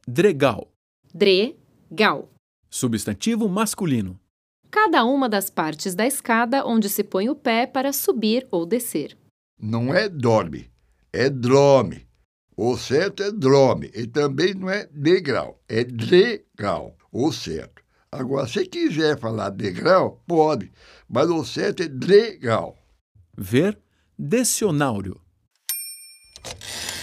Dregal. Dre-gal. Substantivo masculino. Cada uma das partes da escada onde se põe o pé para subir ou descer. Não é dorme, é drome. O certo é drome e também não é degrau, é dregal, o certo. Agora, se quiser falar degrau, pode, mas o certo é dregal. Ver dicionário.